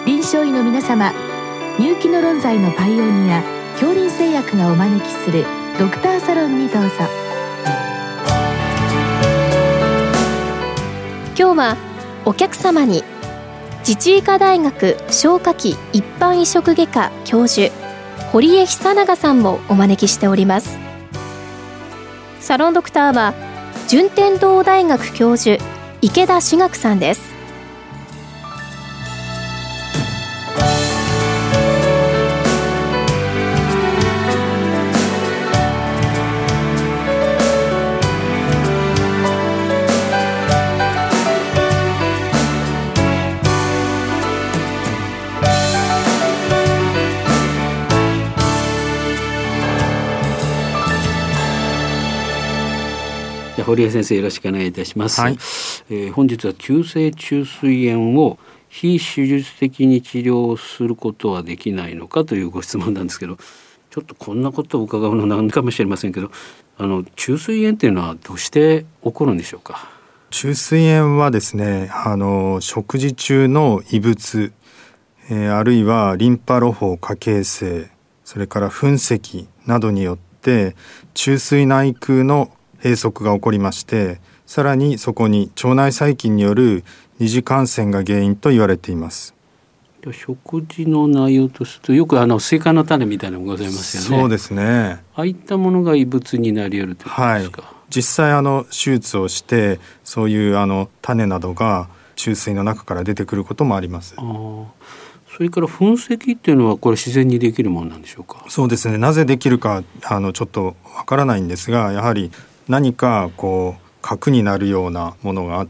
臨床医の皆様、入気の論剤のパイオニア恐林製薬がお招きするドクターサロンにどうぞ。 今日はお客様に自治医科大学消化器一般移植外科教授堀江久永さんもお招きしております。サロンドクターは順天堂大学教授池田志学さんです。 堀江先生、よろしくお願いいたします。 はい。 本日は急性虫垂炎を非手術的に治療することはできないのかというご質問なんですけど、ちょっとこんなことを伺うのなんかもしれませんけど、虫垂炎っていうのはどうして起こるんでしょうか。 虫垂炎はですね、食事中の異物、あるいはリンパ路法過形成、それから噴石などによって虫垂内腔の閉塞が起こりまして、さらにそこに腸内細菌による二次感染が原因と言われています。 食事の内容とするとよくスイカの種みたいなのがございますよね。 そうですね。 ああいったものが異物になり得るということですか。 はい、実際手術をしてそういう種などが虫垂の中から出てくることもあります。 それから噴石っていうのはこれ自然にできるものなんでしょうか。 そうですね。なぜできるかちょっとわからないんですが、やはり何か核になるようなものがあって、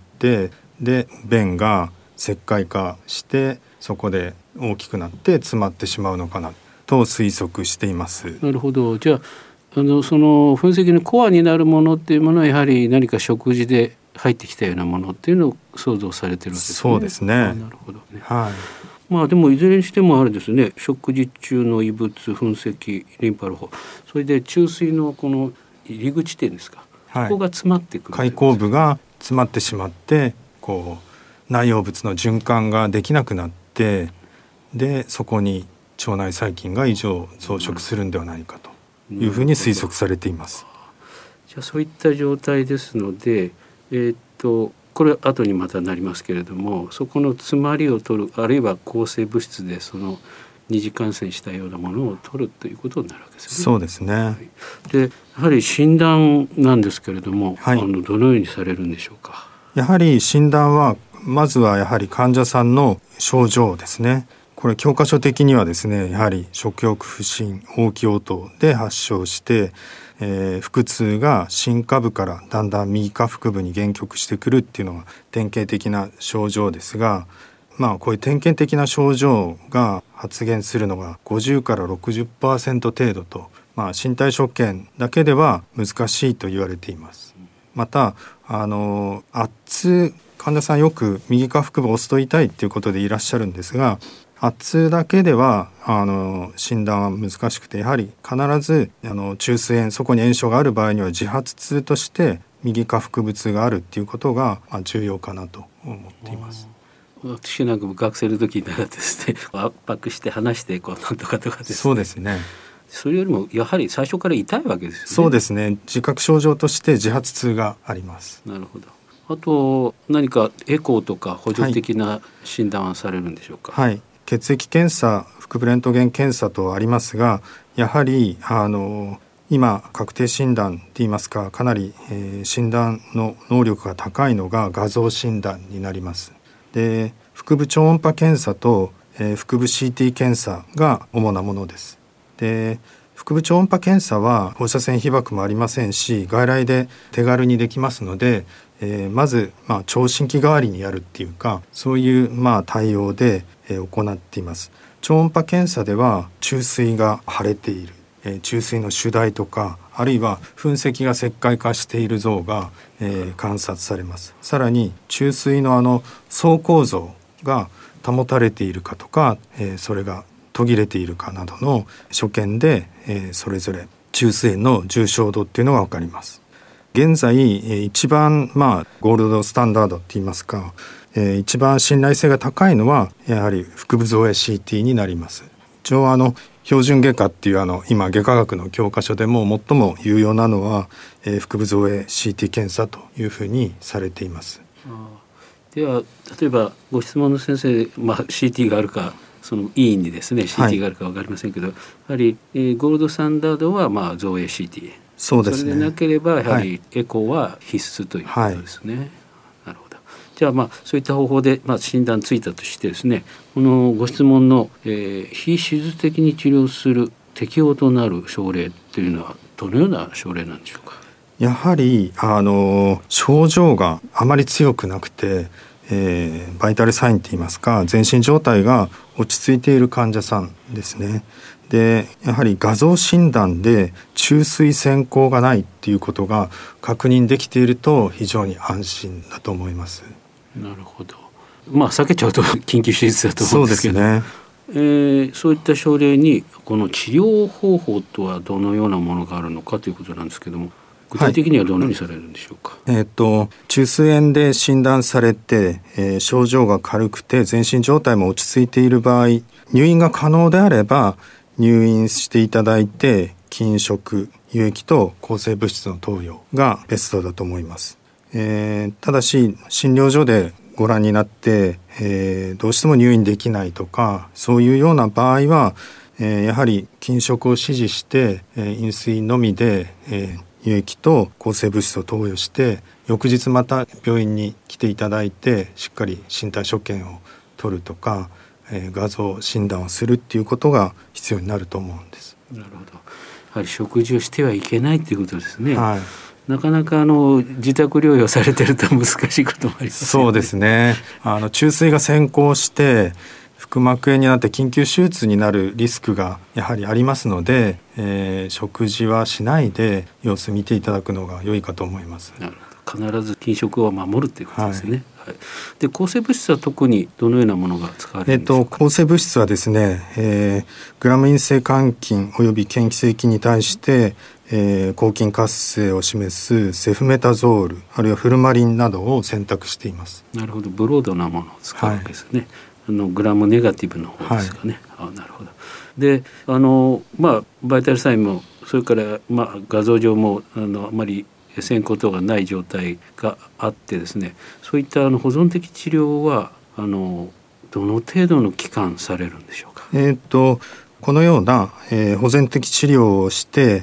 で便が石灰化してそこで大きくなって詰まってしまうのかなと推測しています。 なるほど。じゃあその噴石のコアになるものっていうものはやはり何か食事で入ってきたようなものっていうのを想像されてるわけですね。 そうですね。 なるほどね。 はい。 でもいずれにしてもあれですね、食事中の異物、噴石、リンパ路法、それで虫垂のこの入り口点ですか、ここが詰まってくる、 開口部が詰まってしまって内容物の循環ができなくなって、でそこに腸内細菌が異常増殖するんではないかというふうに推測されています。 じゃあそういった状態ですので、これ後にまたなりますけれども、そこの詰まりを取る、あるいは抗生物質でその二次感染したようなものを取るということになるわけですね。 そうですね。はい、 でやはり診断なんですけれども、 はい、 どのようにされるんでしょうか。 やはり診断はまずはやはり患者さんの症状ですね。これ教科書的にはですね、やはり食欲不振、嘔気嘔吐で発症して、腹痛が心下部からだんだん右下腹部に限局してくるっていうのが典型的な症状ですが、こういう典型的な症状が発現するのが50から 60% 程度と、身体所見だけでは難しいと言われています。また圧痛、患者さんよく右下腹部を押すと痛いということでいらっしゃるんですが、圧痛だけでは診断は難しくて、やはり必ず虫垂炎、そこに炎症がある場合には自発痛として右下腹部痛があるっていうことが重要かなと思っています。 私なんかも学生の時にならですね、圧迫して離してなんとかとかですね。 そうですね。 それよりもやはり最初から痛いわけですよね。 そうですね。自覚症状として自発痛があります。 なるほど。あと何かエコーとか補助的な診断はされるんでしょうか。 はい、血液検査、腹部レントゲン検査とありますが、やはり今確定診断といいますか、かなり、診断の能力が高いのが画像診断になります。で腹部超音波検査と、腹部 CT 検査が主なものです。で腹部超音波検査は放射線被曝もありませんし、外来で手軽にできますので、まず、聴診器代わりにやるっていうか、そういう、対応で、行っています。超音波検査では虫垂が腫れている、虫垂の主題とか、あるいは噴石が石灰化している像が、観察されます。さらに虫垂の層構造が保たれているかとか、それが途切れているかなどの所見で、それぞれ虫垂炎の重症度っていうのが分かります。現在一番ゴールドスタンダードって言いますか、 一番信頼性が高いのはやはり腹部造影 CT になります。一応標準外科っていう今外科学の教科書でも最も有用なのは、腹部造影 CT 検査というふうにされています。 では例えばご質問の先生、CT があるかその医院にですね CT があるか分かりませんけど、やはり、ゴールドスタンダードは造影 CT、 そうですね、 それでなければやはりエコーは必須ということですね。なるほど。じゃあそういった方法で診断ついたとしてですね、このご質問の、非手術的に治療する適応となる症例というのはどのような症例なんでしょうか。 やはり症状があまり強くなくて、バイタルサインといいますか全身状態が落ち着いている患者さんですね。でやはり画像診断で虫垂閃光がないっていうことが確認できていると非常に安心だと思います。 なるほど。避けちゃうと緊急手術だと思うんですけど、 そうですね。 そういった症例にこの治療方法とはどのようなものがあるのかということなんですけども、具体的にはどのようにされるんでしょうか。 虫垂炎で診断されて、症状が軽くて全身状態も落ち着いている場合、入院が可能であれば入院していただいて禁食、輸液と抗生物質の投与がベストだと思います。ただし診療所でご覧になって、どうしても入院できないとかそういうような場合は、やはり禁食を指示して、飲水のみで、輸液と抗生物質を投与して翌日また病院に来ていただいてしっかり身体所見を取るとか、画像診断をするっていうことが必要になると思うんです。 なるほど。やはり食事をしてはいけないということですね。 はい、 なかなか自宅療養されてると難しいこともありますよね。 そうですね。虫垂が先行して腹膜炎になって緊急手術になるリスクがやはりありますので、食事はしないで様子見ていただくのが良いかと思います。 なるほど。必ず禁食を守るということですね。はい。で抗生物質は特にどのようなものが使われるんでしょうか。 抗生物質はですね、グラム陰性肝菌および嫌気性菌に対して、抗菌活性を示すセフメタゾールあるいはフルマリンなどを選択しています。 なるほど。ブロードなものを使うわけですね。グラムネガティブの方ですかね。なるほど。でバイタルサインもそれから画像上もあまり閃光等がない状態があってですね、そういった保存的治療はどの程度の期間されるんでしょうか。 このような、保全的治療をして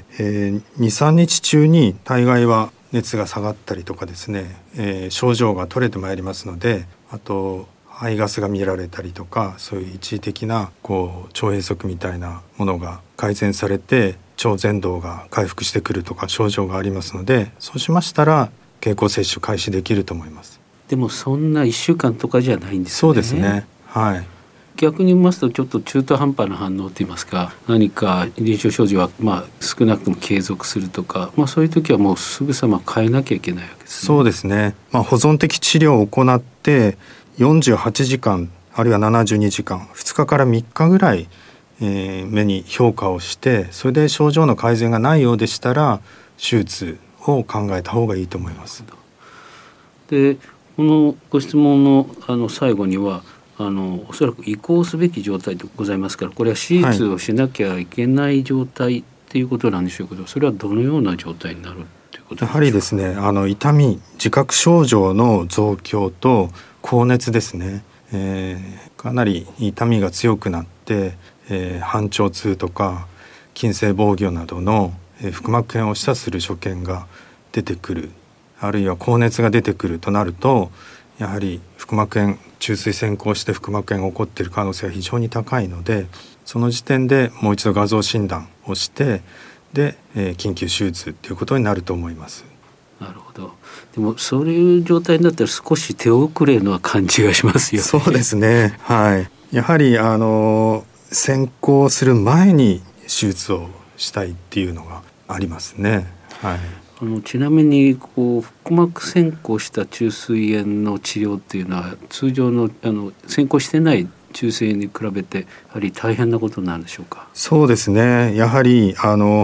、2、3日中に大概は熱が下がったりとかですね、症状が取れてまいりますので、あと排ガスが見られたりとかそういう一時的な腸閉塞みたいなものが改善されて腸ぜん動が回復してくるとか症状がありますので、そうしましたら経口摂取開始できると思います。 でもそんな1週間とかじゃないんですね。 そうですね。はい。 逆に言いますとちょっと中途半端な反応といいますか、何か臨床症状は少なくとも継続するとか、そういう時はもうすぐさま変えなきゃいけないわけですね。 そうですね。保存的治療を行って48時間あるいは72時間2日から3日ぐらい、目に評価をしてそれで症状の改善がないようでしたら手術を考えた方がいいと思います。 でこのご質問の最後にはおそらく移行すべき状態でございますから、これは手術をしなきゃいけない状態っていうことなんでしょうけど、それはどのような状態になるということでしょうか。 やはりですね、痛み自覚症状の増強と高熱ですね、かなり痛みが強くなって、半腸痛とか筋性防御などの、腹膜炎を示唆する所見が出てくる、あるいは高熱が出てくるとなると、やはり腹膜炎虫垂先行して腹膜炎が起こっている可能性が非常に高いので、その時点でもう一度画像診断をしてで、緊急手術ということになると思います。 なるほど。でもそういう状態になったら少し手遅れの感じがしますよね。 そうですね。はい。やはり先行する前に手術をしたいっていうのがありますね。はい。 ちなみに腹膜先行した虫垂炎の治療っていうのは通常の先行してない虫垂炎に比べてやはり大変なことなんでしょうか。 そうですね。やはり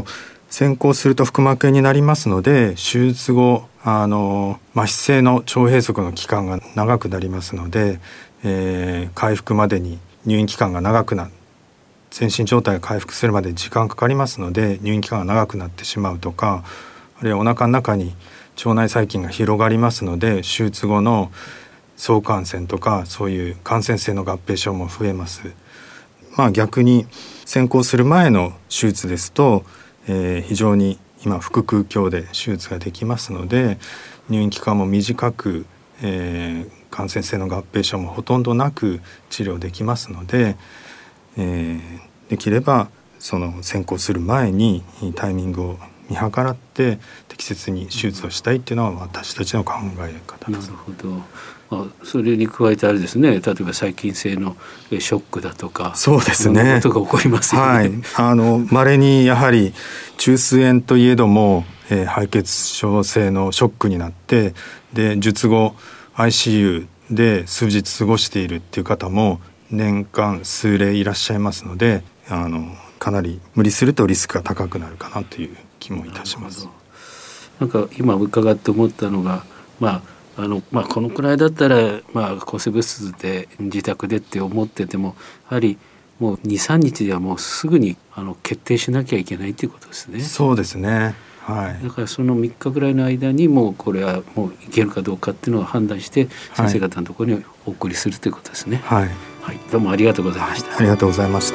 先行すると腹膜炎になりますので、手術後麻痺性の腸閉塞の期間が長くなりますので、回復までに入院期間が長くなる、全身状態が回復するまで時間かかりますので入院期間が長くなってしまうとか、あるいはお腹の中に腸内細菌が広がりますので手術後の相感染とかそういう感染性の合併症も増えます。逆に先行する前の手術ですと、非常に今腹腔鏡で手術ができますので入院期間も短く、感染性の合併症もほとんどなく治療できますので、できればその先行する前にタイミングを見計らって適切に手術をしたいっていうのは私たちの考え方です。 なるほど。それに加えてあれですね、例えば細菌性のショックだとか、 そうですね、 ことが起こりますよね。 稀にやはり中枢炎といえども、敗血症性のショックになってで術後 ICU で数日過ごしているっていう方も年間数例いらっしゃいますので、かなり無理するとリスクが高くなるかなという気もいたします。 なんか今伺って思ったのが、このくらいだったら、抗生物質で自宅でって思っててもやはりもう 2,3 日ではもうすぐに決定しなきゃいけないということですね。 そうですね、はい、 だからその3日ぐらいの間にもうこれはもういけるかどうかっていうのを判断して先生方のところにお送りするということですね。 はい、 はい、どうもありがとうございました。 ありがとうございました。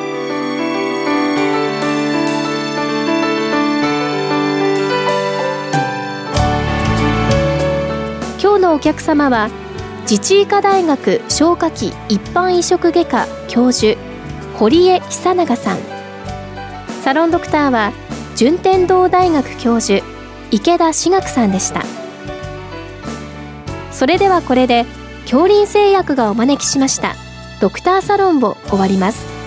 今日のお客様は自治医科大学消化器一般移植外科教授堀江久永さん、サロンドクターは順天堂大学教授池田志学さんでした。それではこれで京林製薬がお招きしましたドクターサロンを終わります。